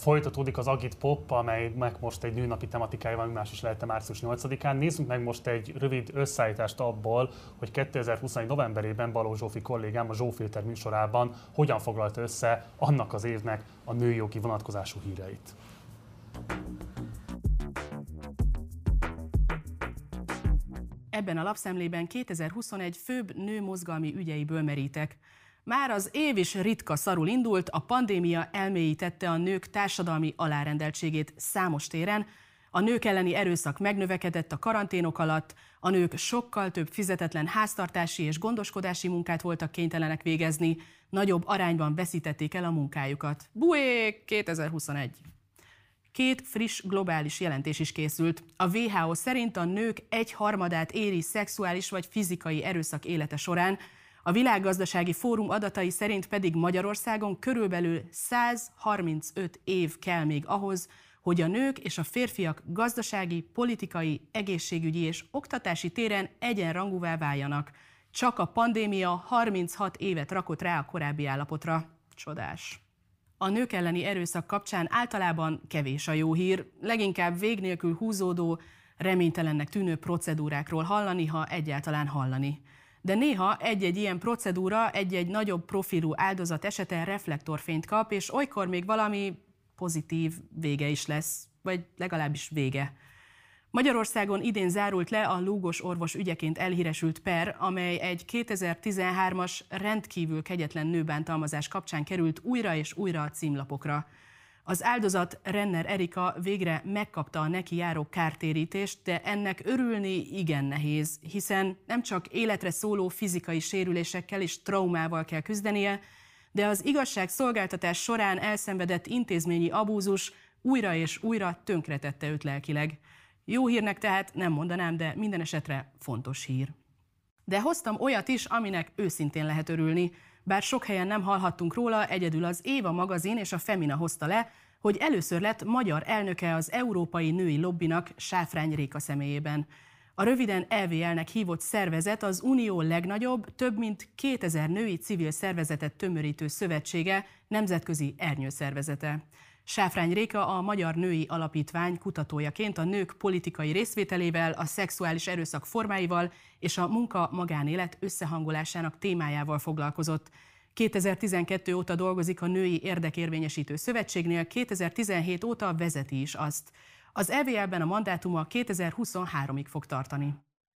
Folytatódik az Agit Pop, amelynek most egy nőnapi tematikája van, más is lehet március 8-án. Nézzük meg most egy rövid összeállítást abból, hogy 2021. novemberében Balogh Zsófi kollégám a Zsófilter műsorában hogyan foglalta össze annak az évnek a női jogi vonatkozású híreit. Ebben a lapszemlében 2021 főbb nőmozgalmi ügyeiből merítek. Már az év is ritka szarul indult, a pandémia elmélyítette a nők társadalmi alárendeltségét számos téren, a nők elleni erőszak megnövekedett a karanténok alatt, a nők sokkal több fizetetlen háztartási és gondoskodási munkát voltak kénytelenek végezni, nagyobb arányban veszítették el a munkájukat. Bué 2021! 2 friss globális jelentés is készült. A WHO szerint a nők 1/3 éri szexuális vagy fizikai erőszak élete során, a Világgazdasági Fórum adatai szerint pedig Magyarországon körülbelül 135 év kell még ahhoz, hogy a nők és a férfiak gazdasági, politikai, egészségügyi és oktatási téren egyenrangúvá váljanak. Csak a pandémia 36 évet rakott rá a korábbi állapotra. Csodás! A nők elleni erőszak kapcsán általában kevés a jó hír, leginkább vég nélkül húzódó, reménytelennek tűnő procedúrákról hallani, ha egyáltalán hallani. De néha egy-egy ilyen procedúra egy-egy nagyobb profilú áldozat esete reflektorfényt kap, és olykor még valami pozitív vége is lesz, vagy legalábbis vége. Magyarországon idén zárult le a lúgos orvos ügyeként elhíresült per, amely egy 2013-as rendkívül kegyetlen nőbántalmazás kapcsán került újra és újra a címlapokra. Az áldozat, Renner Erika végre megkapta a neki járó kártérítést, de ennek örülni igen nehéz, hiszen nem csak életre szóló fizikai sérülésekkel és traumával kell küzdenie, de az igazságszolgáltatás során elszenvedett intézményi abúzus újra és újra tönkretette őt lelkileg. Jó hírnek tehát nem mondanám, de minden esetre fontos hír. De hoztam olyat is, aminek őszintén lehet örülni. Bár sok helyen nem hallhattunk róla, egyedül az Éva magazin és a Femina hozta le, hogy először lett magyar elnöke az Európai Női Lobbinak Sáfrány Réka személyében. A röviden EVL-nek hívott szervezet az Unió legnagyobb, több mint 2000 női civil szervezetet tömörítő szövetsége, nemzetközi ernyőszervezete. Sáfrány Réka a Magyar Női Alapítvány kutatójaként a nők politikai részvételével, a szexuális erőszak formáival és a munka-magánélet összehangolásának témájával foglalkozott. 2012 óta dolgozik a Női Érdekérvényesítő Szövetségnél, 2017 óta vezeti is azt. Az EVL-ben a mandátuma 2023-ig fog tartani.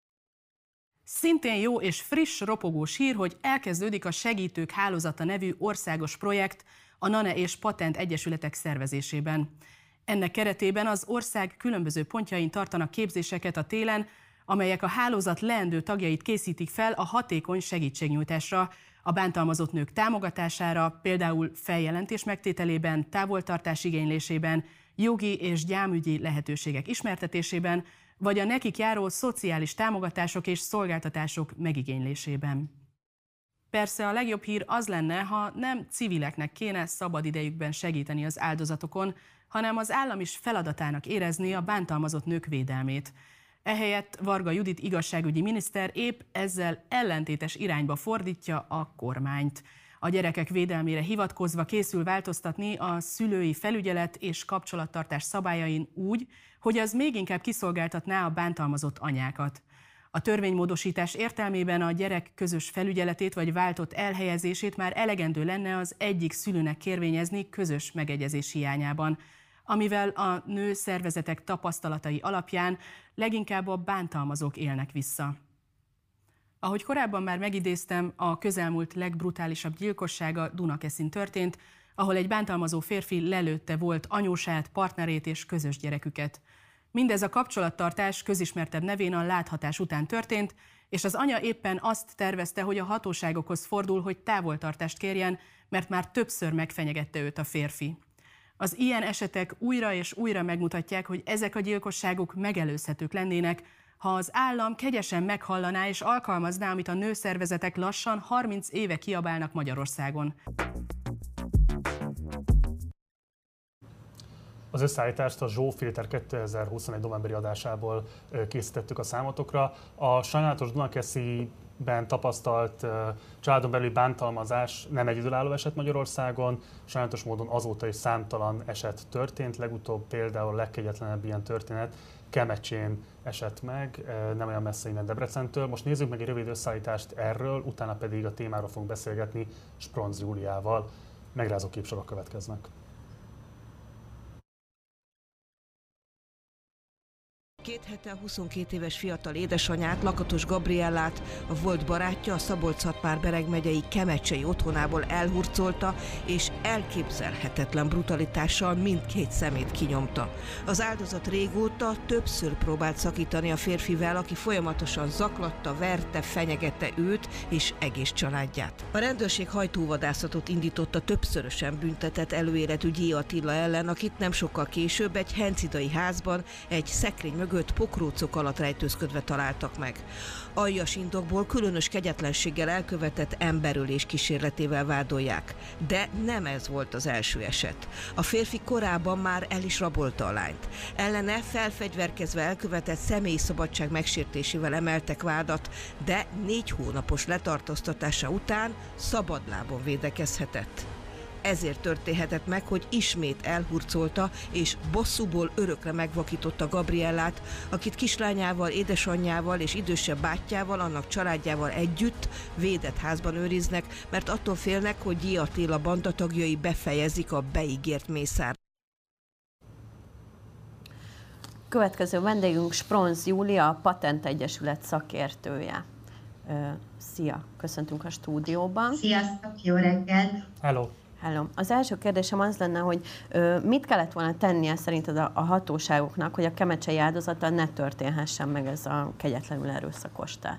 Szintén jó és friss, ropogós hír, hogy elkezdődik a Segítők Hálózata nevű országos projekt a NANE és Patent Egyesületek szervezésében. Ennek keretében az ország különböző pontjain tartanak képzéseket a télen, amelyek a hálózat leendő tagjait készítik fel a hatékony segítségnyújtásra, a bántalmazott nők támogatására, például feljelentés megtételében, távoltartás igénylésében, jogi és gyámügyi lehetőségek ismertetésében, vagy a nekik járó szociális támogatások és szolgáltatások megigénylésében. Persze a legjobb hír az lenne, ha nem civileknek kéne szabadidejükben segíteni az áldozatokon, hanem az állam is feladatának érezni a bántalmazott nők védelmét. Ehelyett Varga Judit igazságügyi miniszter épp ezzel ellentétes irányba fordítja a kormányt. A gyerekek védelmére hivatkozva készül változtatni a szülői felügyelet és kapcsolattartás szabályain úgy, hogy az még inkább kiszolgáltatná a bántalmazott anyákat. A törvénymódosítás értelmében a gyerek közös felügyeletét vagy váltott elhelyezését már elegendő lenne az egyik szülőnek kérvényezni közös megegyezés hiányában, amivel a nő szervezetek tapasztalatai alapján leginkább a bántalmazók élnek vissza. Ahogy korábban már megidéztem, a közelmúlt legbrutálisabb gyilkossága Dunakeszin történt, ahol egy bántalmazó férfi lelőtte volt anyósát, partnerét és közös gyereküket. Mindez a kapcsolattartás közismertebb nevén a láthatás után történt, és az anya éppen azt tervezte, hogy a hatóságokhoz fordul, hogy távoltartást kérjen, mert már többször megfenyegette őt a férfi. Az ilyen esetek újra és újra megmutatják, hogy ezek a gyilkosságok megelőzhetők lennének, ha az állam kegyesen meghallaná és alkalmazná, amit a nőszervezetek lassan 30 éve kiabálnak Magyarországon. Az összeállítást a Zsófilter 2021 novemberi adásából készítettük a számotokra. A sajnálatos dunakeszi ben tapasztalt családon belüli bántalmazás nem egyedülálló eset Magyarországon, sajnálatos módon azóta is számtalan eset történt, legutóbb például a legkegyetlenebb ilyen történet Kemecsén esett meg, nem olyan messze innen Debrecentől. Most nézzük meg egy rövid összeállítást erről, utána pedig a témáról fogunk beszélgetni Spronz Júliával. Megrázó képsorok következnek. 2 hete 22 éves fiatal édesanyát, Lakatos Gabriellát a volt barátja a Szabolcs-Szatmár-Bereg megyei Kemecsei otthonából elhurcolta, és elképzelhetetlen brutalitással mindkét szemét kinyomta. Az áldozat régóta többször próbált szakítani a férfivel, aki folyamatosan zaklatta, verte, fenyegette őt és egész családját. A rendőrség hajtóvadászatot indította többszörösen büntetett előéletű G. Attila ellen, akit nem sokkal később egy hencidai házban egy szekrény mögött pokrócok alatt rejtőzködve találtak meg. Aljas indokból különös kegyetlenséggel elkövetett emberölés kísérletével vádolják. De nem ez volt az első eset. A férfi korábban már el is rabolta a lányt. Ellene felfegyverkezve elkövetett személyi szabadság megsértésével emeltek vádat, de 4 hónapos letartóztatása után szabadlábon védekezhetett. Ezért történhetett meg, hogy ismét elhurcolta és bosszúból örökre megvakította Gabriellát, akit kislányával, édesanyjával és idősebb bátyjával, annak családjával együtt védett házban őriznek, mert attól félnek, hogy G. Attila bandatagjai befejezik a beígért mészárt. Következő vendégünk Spronz Júlia, a Patent Egyesület szakértője. Szia, köszöntünk a stúdióban. Sziasztok, jó reggelt! Hello! Hello. Az első kérdésem az lenne, hogy mit kellett volna tennie szerinted a hatóságoknak, hogy a kemecsei áldozattal ne történhessen meg ez a kegyetlenül erőszakos tett?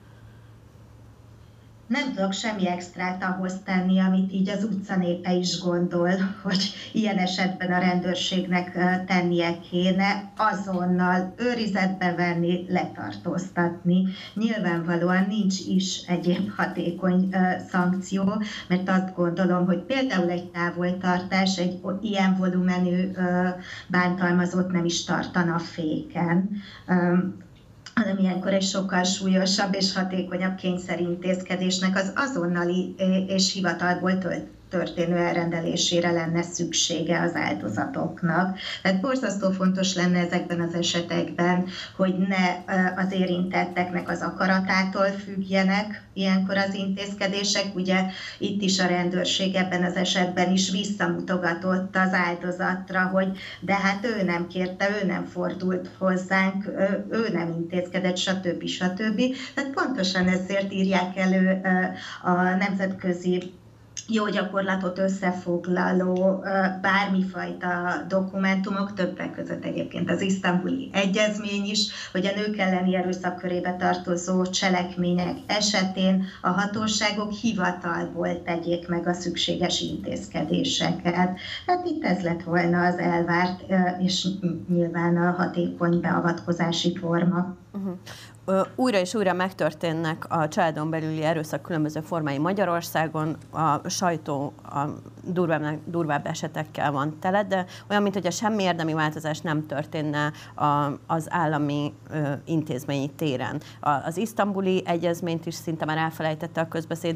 Nem tudok semmi extrát ahhoz tenni, amit így az utcanépe is gondol, hogy ilyen esetben a rendőrségnek tennie kéne, azonnal őrizetbe venni, letartóztatni. Nyilvánvalóan nincs is egyéb hatékony szankció, mert azt gondolom, hogy például egy távoltartás, egy ilyen volumenű bántalmazott nem is tartana féken, hanem ilyenkor egy sokkal súlyosabb és hatékonyabb kényszerintézkedésnek az azonnali és hivatalból történő elrendelésére lenne szüksége az áldozatoknak. Tehát borzasztó fontos lenne ezekben az esetekben, hogy ne az érintetteknek az akaratától függjenek ilyenkor az intézkedések. Ugye itt is a rendőrség ebben az esetben is visszamutogatott az áldozatra, hogy de hát ő nem kérte, ő nem fordult hozzánk, ő nem intézkedett, stb. Tehát pontosan ezért írják elő a nemzetközi jó gyakorlatot összefoglaló bármifajta dokumentumok, többek között egyébként az Isztambuli Egyezmény is, hogy a nők elleni erőszak körébe tartozó cselekmények esetén a hatóságok hivatalból tegyék meg a szükséges intézkedéseket. Hát itt ez lett volna az elvárt és nyilván a hatékony beavatkozási forma. Újra és újra megtörténnek a családon belüli erőszak különböző formái Magyarországon, a sajtó a durvább esetekkel van tele, de olyan, mintha semmi érdemi változás nem történne az állami intézményi téren. Az Isztambuli Egyezményt is szinte már elfelejtette a közbeszéd.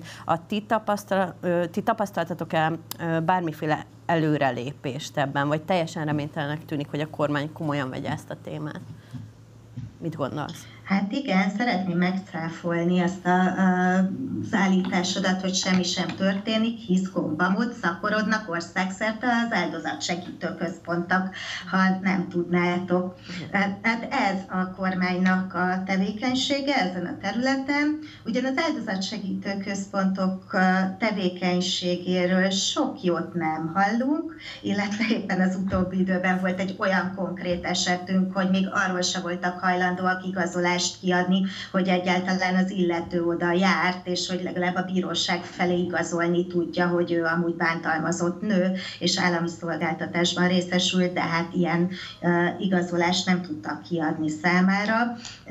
Ti tapasztaltatok-e bármiféle előrelépést ebben, vagy teljesen reménytelenek tűnik, hogy a kormány komolyan vegye ezt a témát? Mit gondolsz? Hát igen, szeretném megcáfolni azt az állításodat, hogy semmi sem történik, hisz gombamód szaporodnak országszerte az áldozatsegítő központok, ha nem tudnátok. Hát ez a kormánynak a tevékenysége ezen a területen. Ugyan az áldozatsegítő központok tevékenységéről sok jót nem hallunk, illetve éppen az utóbbi időben volt egy olyan konkrét esetünk, hogy még arról se voltak hajlandóak igazolást kiadni, hogy egyáltalán az illető oda járt, és hogy legalább a bíróság felé igazolni tudja, hogy ő amúgy bántalmazott nő, és állami szolgáltatásban részesült, de hát ilyen igazolást nem tudtak kiadni számára.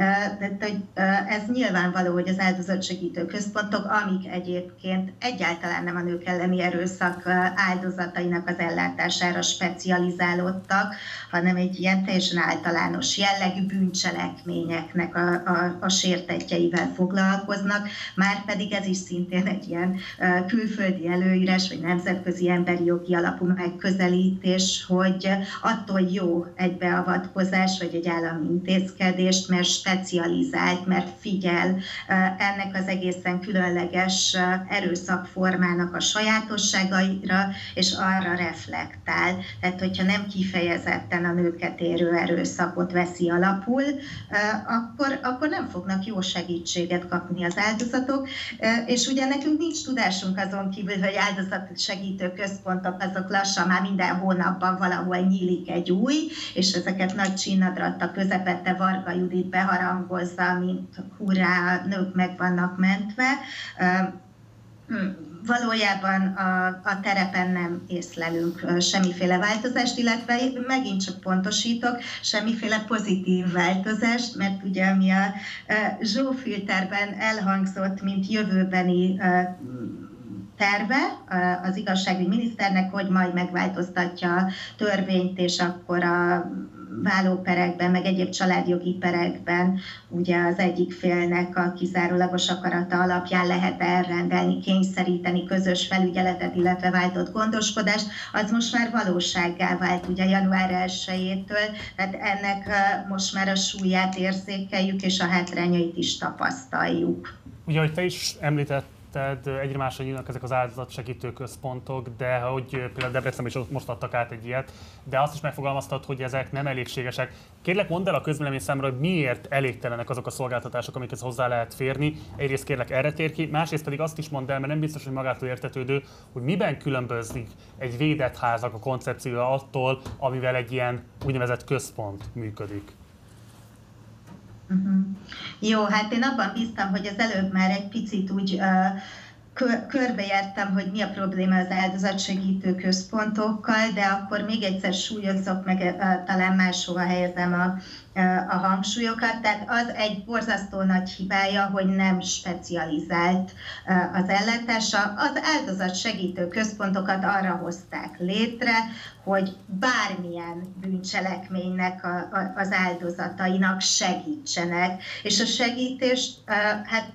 Ez nyilvánvaló, hogy az áldozatsegítő központok, amik egyébként egyáltalán nem a nők elleni erőszak áldozatainak az ellátására specializálódtak, hanem egy ilyen teljesen általános jellegű bűncselekményeknek a sértettjeivel foglalkoznak, már pedig ez is szintén egy ilyen külföldi előírás, vagy nemzetközi emberi jogi alapú megközelítés, hogy attól jó egy beavatkozás, vagy egy állami intézkedést, mert specializált, mert figyel ennek az egészen különleges erőszakformának a sajátosságaira, és arra reflektál. Tehát, hogyha nem kifejezetten a nőket érő erőszakot veszi alapul, akkor nem fognak jó segítséget kapni az áldozatok, és ugye nekünk nincs tudásunk azon kívül, hogy áldozatsegítő központok azok lassan már minden hónapban valahol nyílik egy új, és ezeket nagy csinnadratta közepette Varga Judit beharangozza, mint hurrá, nők meg vannak mentve. Valójában a terepen nem észlelünk semmiféle változást, illetve megint csak pontosítok, semmiféle pozitív változást, mert ugye ami a Zsófilterben elhangzott, mint jövőbeni terve az igazságügyi miniszternek, hogy majd megváltoztatja a törvényt, és akkor a vállóperekben, meg egyéb családjogi perekben ugye az egyik félnek a kizárólagos akarata alapján lehet elrendelni, kényszeríteni közös felügyeletet, illetve váltott gondoskodást, az most már valósággá vált ugye január 1-től, tehát ennek most már a súlyát érzékeljük, és a hátrányait is tapasztaljuk. Ugye, ahogy te is említett, egyre másra nyílnak ezek az áldozatsegítő központok, de hogy például Debrecenben is most adtak át egy ilyet, de azt is megfogalmaztad, hogy ezek nem elégségesek. Kérlek, mondd el a közvélemény számára, hogy miért elégtelenek azok a szolgáltatások, amikhez hozzá lehet férni. Egyrészt kérlek, erre tér ki, másrészt pedig azt is mondd el, mert nem biztos, hogy magától értetődő, hogy miben különbözik egy védett házak a koncepciója attól, amivel egy ilyen úgynevezett központ működik. Jó, hát én abban bíztam, hogy az előbb már egy picit úgy körbejártam, hogy mi a probléma az áldozatsegítő központokkal, de akkor még egyszer súlyozok, meg talán máshova helyezem a hangsúlyokat. Tehát az egy borzasztó nagy hibája, hogy nem specializált az ellátása. Az áldozatsegítő központokat arra hozták létre, hogy bármilyen bűncselekménynek az áldozatainak segítsenek. És a segítést, hát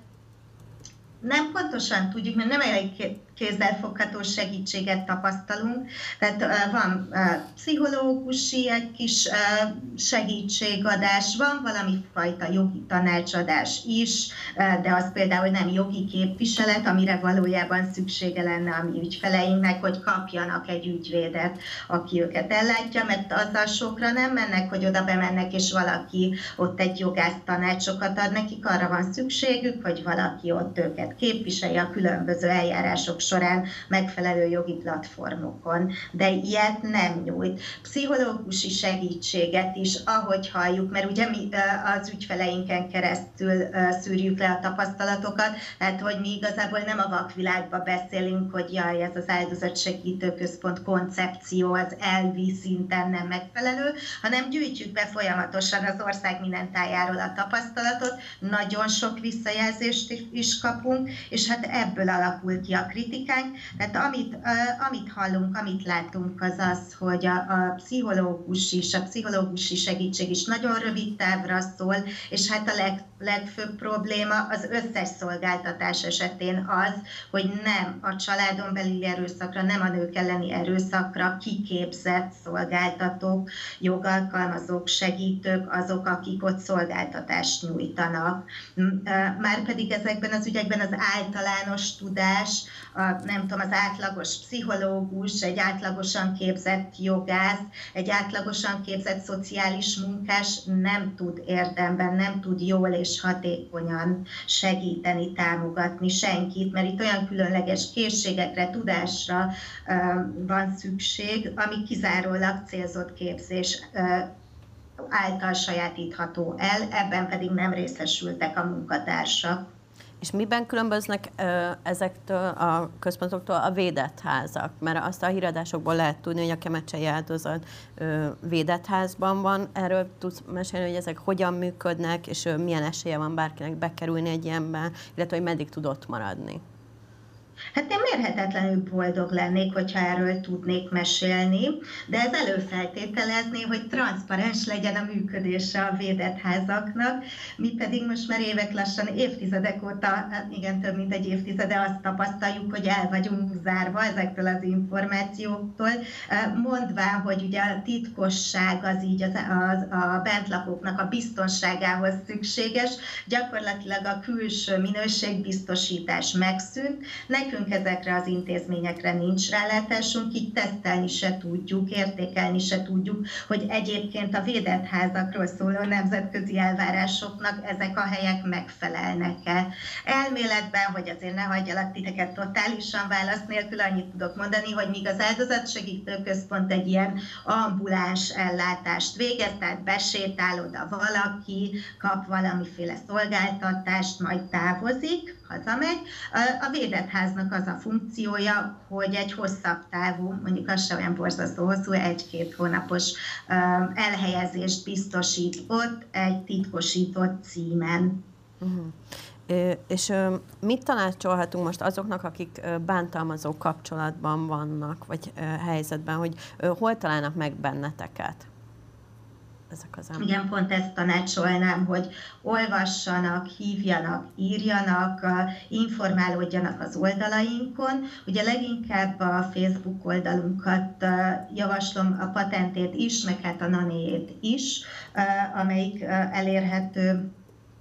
nem pontosan tudjuk, mert nem elég kézzelfogható segítséget tapasztalunk. Tehát van pszichológusi egy kis segítségadás, van valami fajta jogi tanácsadás is, de az például nem jogi képviselet, amire valójában szüksége lenne a mi ügyfeleinknek, hogy kapjanak egy ügyvédet, aki őket ellátja, mert azzal sokra nem mennek, hogy oda bemennek, és valaki ott egy jogász tanácsokat ad nekik, arra van szükségük, hogy valaki ott őket képviselje a különböző eljárások során megfelelő jogi platformokon, de ilyet nem nyújt. Pszichológusi segítséget is, ahogy halljuk, mert ugye mi az ügyfeleinken keresztül szűrjük le a tapasztalatokat, tehát hogy mi igazából nem a vakvilágba beszélünk, hogy jaj, ez az áldozatsegítő központ koncepció az elvi szinten nem megfelelő, hanem gyűjtjük be folyamatosan az ország minden tájáról a tapasztalatot, nagyon sok visszajelzést is kapunk, és hát ebből alakul ki a kritikánk. Tehát amit hallunk, amit látunk, az az, hogy a pszichológus is, a pszichológusi segítség is nagyon rövid távra szól, és hát a legfőbb probléma az összes szolgáltatás esetén az, hogy nem a családon belüli erőszakra, nem a nők elleni erőszakra kiképzett szolgáltatók, jogalkalmazók, segítők azok, akik ott szolgáltatást nyújtanak. Márpedig ezekben az ügyekben az általános tudás, nem tudom, az átlagos pszichológus, egy átlagosan képzett jogász, egy átlagosan képzett szociális munkás nem tud érdemben, nem tud jól és hatékonyan segíteni, támogatni senkit, mert itt olyan különleges készségekre, tudásra van szükség, ami kizárólag célzott képzés által sajátítható el, ebben pedig nem részesültek a munkatársak. És miben különböznek ezektől a központoktól a védett házak? Mert azt a híradásokból lehet tudni, hogy a kemecsei áldozat védett házban van. Erről tudsz mesélni, hogy ezek hogyan működnek, és milyen esélye van bárkinek bekerülni egy ilyenbe, illetve hogy meddig tud ott maradni? Hát én mérhetetlenül boldog lennék, hogyha erről tudnék mesélni, de ez előfeltételezné, hogy transzparens legyen a működése a védett házaknak, mi pedig most már évek lassan évtizedek óta, igen, több mint egy évtizede azt tapasztaljuk, hogy el vagyunk zárva ezektől az információktól, mondván, hogy ugye a titkosság az így a bentlakóknak a biztonságához szükséges, gyakorlatilag a külső minőségbiztosítás megszűnt, nekünk ezekre az intézményekre nincs rálátásunk, így tesztelni se tudjuk, értékelni se tudjuk, hogy egyébként a védett házakról szóló nemzetközi elvárásoknak ezek a helyek megfelelnek-e. Elméletben, hogy azért ne hagyjalak titeket totálisan válasz nélkül, annyit tudok mondani, hogy míg az áldozatsegítő központ egy ilyen ambuláns ellátást végez, tehát besétál oda valaki, kap valamiféle szolgáltatást, majd távozik, hazamegy. A védett háznak az a funkciója, hogy egy hosszabb távú, mondjuk az sem olyan borzasztó hosszú, 1-2 hónapos elhelyezést biztosít ott egy titkosított címen. És mit tanácsolhatunk most azoknak, akik bántalmazó kapcsolatban vannak, vagy helyzetben, hogy hol találnak meg benneteket? Ezek az emberek. Igen, pont ezt tanácsolnám, hogy olvassanak, hívjanak, írjanak, informálódjanak az oldalainkon. Ugye leginkább a Facebook oldalunkat javaslom, a Patentét is, meg hát a Nanéjét is, amelyik elérhető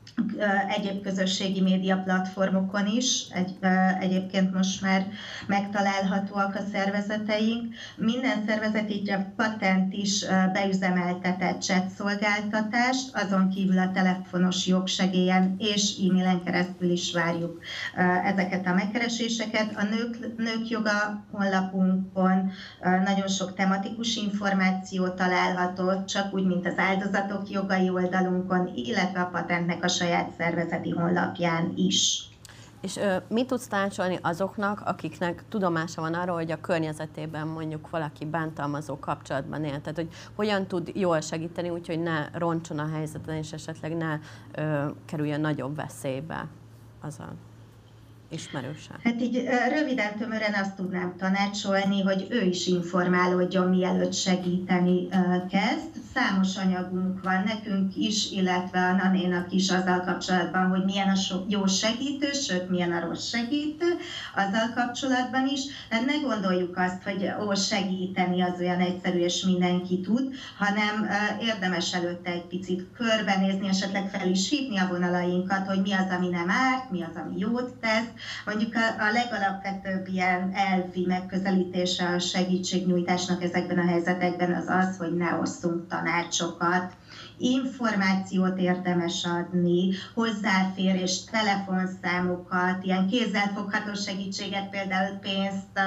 egyéb közösségi média platformokon is, egyébként most már megtalálhatóak a szervezeteink. Minden szervezet, így a Patent is beüzemeltetett chat szolgáltatást, azon kívül a telefonos jogsegélyen és e-mailen keresztül is várjuk ezeket a megkereséseket. A Nők Joga honlapunkon nagyon sok tematikus információ található, csak úgy, mint az áldozatok jogai oldalunkon, illetve a Patentnek a saját szervezeti honlapján is. És mit tudsz tanácsolni azoknak, akiknek tudomása van arról, hogy a környezetében mondjuk valaki bántalmazó kapcsolatban él? Tehát, hogy hogyan tud jól segíteni, úgyhogy ne roncson a helyzeten, és esetleg ne kerüljön nagyobb veszélybe az a ismerőse? Hát így röviden, tömören azt tudnám tanácsolni, hogy ő is informálódjon, mielőtt segíteni kezd. Számos anyagunk van nekünk is, illetve a Nanénak is azzal kapcsolatban, hogy milyen a jó segítő, sőt, milyen a rossz segítő, azzal kapcsolatban is. Hát ne gondoljuk azt, hogy segíteni az olyan egyszerű, és mindenki tud, hanem érdemes előtte egy picit körbenézni, esetleg fel is hívni a vonalainkat, hogy mi az, ami nem árt, mi az, ami jót tesz. Mondjuk a legalapvetőbb ilyen elvi megközelítése a segítségnyújtásnak ezekben a helyzetekben az az, hogy ne osszunk tanácsokat. Információt érdemes adni, hozzáférést, telefonszámokat, ilyen kézzelfogható segítséget, például pénzt,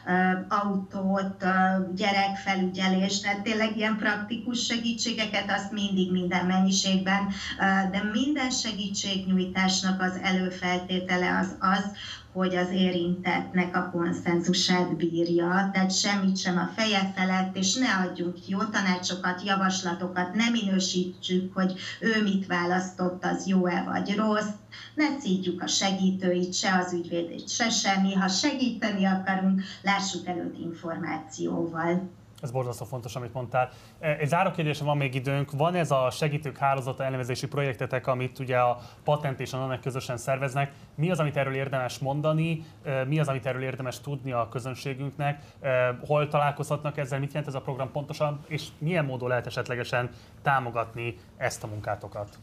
autót, gyerekfelügyelést, tehát tényleg ilyen praktikus segítségeket, azt mindig minden mennyiségben, de minden segítségnyújtásnak az előfeltétele az, hogy az érintettnek a konszenzusát bírja, tehát semmit sem a feje felett, és ne adjunk jó tanácsokat, javaslatokat, ne minősítsük, hogy ő mit választott, az jó-e vagy rossz, ne szídjuk a segítőit, se az ügyvédét, se semmi. Ha segíteni akarunk, lássuk előtt információval. Ez borzasztó fontos, amit mondtál. Egy záró kérdésre van még időnk. Van ez a segítők hálózata elnevezési projektetek, amit ugye a Patent és a NANEK közösen szerveznek. Mi az, amit erről érdemes mondani? Mi az, amit erről érdemes tudni a közönségünknek? Hol találkozhatnak ezzel? Mit jelent ez a program pontosan? És milyen módon lehet esetlegesen támogatni ezt a munkátokat?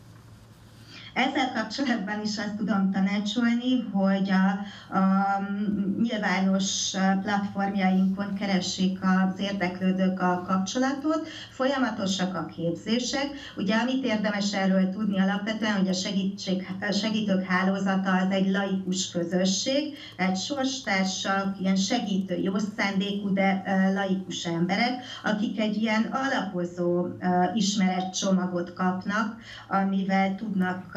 Ezzel kapcsolatban is azt tudom tanácsolni, hogy a nyilvános platformjainkon keressék az érdeklődők a kapcsolatot, folyamatosak a képzések. Ugye, amit érdemes erről tudni alapvetően, hogy a segítők hálózata az egy laikus közösség, egy sorstársak, ilyen segítő, jó szándékú, de laikus emberek, akik egy ilyen alapozó ismeretcsomagot kapnak, amivel tudnak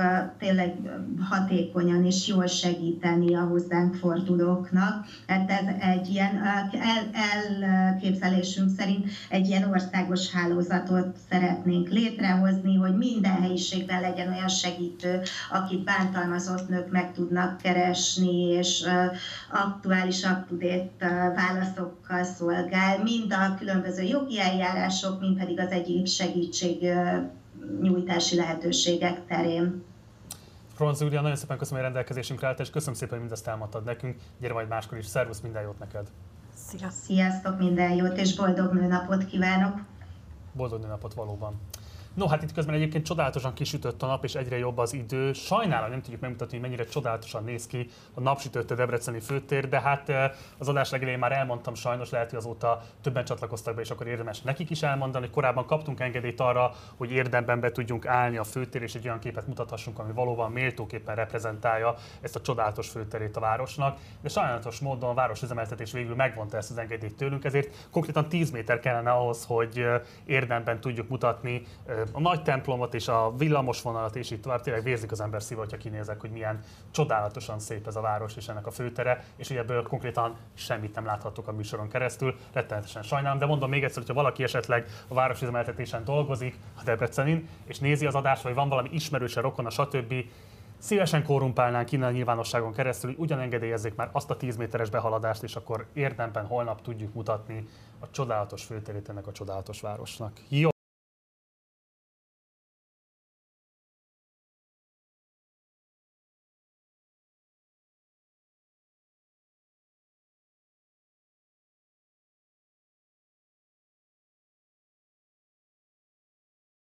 tényleg hatékonyan és jól segíteni a hozzánk fordulóknak. Hát ez egy ilyen elképzelésünk szerint egy ilyen országos hálózatot szeretnénk létrehozni, hogy minden helyiségben legyen olyan segítő, akit bántalmazott nők meg tudnak keresni, és aktuális, up-to-date válaszokkal szolgál, mind a különböző jogi eljárások, mind pedig az egyéb segítségnyújtási lehetőségek terén. Franz Júlia, nagyon szépen köszönöm, hogy rendelkezésünkre állt, és köszönöm szépen, hogy mindezt elmondtad nekünk. Gyere majd máskor is. Szervusz, minden jót neked! Sziasztok, minden jót, és boldog nőnapot kívánok! Boldog nőnapot valóban! No, hát itt közben egyébként csodálatosan kisütött a nap, és egyre jobb az idő. Sajnálom, nem tudjuk megmutatni, hogy mennyire csodálatosan néz ki a napsütötte debreceni főtér, de hát az adás legelején már elmondtam, sajnos lehet, hogy azóta többen csatlakoztak be, és akkor érdemes nekik is elmondani, hogy korábban kaptunk engedélyt arra, hogy érdemben be tudjunk állni a főtér, és egy olyan képet mutathassunk, ami valóban méltóképpen reprezentálja ezt a csodálatos főterét a városnak. De sajnálatos módon a városüzemeltetés végül megvonta ezt az engedélyt tőlünk, ezért konkrétan 10 méter kellene ahhoz, hogy érdemben tudjuk mutatni a nagy templomot és a villamosvonalat, és így tovább. Tényleg vérzik az ember szíve, hogyha kinézek, hogy milyen csodálatosan szép ez a város és ennek a főtere, és ugye ebből konkrétan semmit nem láthattok a műsoron keresztül. Rettenetesen sajnálom, de mondom még egyszer, hogyha valaki esetleg a városüzemeltetésen dolgozik, a Debrecenin, és nézi az adást, vagy van valami ismerőse, rokona, stb., szívesen korrumpálnánk innen a nyilvánosságon keresztül, hogy ugyan engedélyezzék már azt a 10 méteres behaladást, és akkor érdemben holnap tudjuk mutatni a csodálatos főterét ennek a csodálatos városnak. Jó!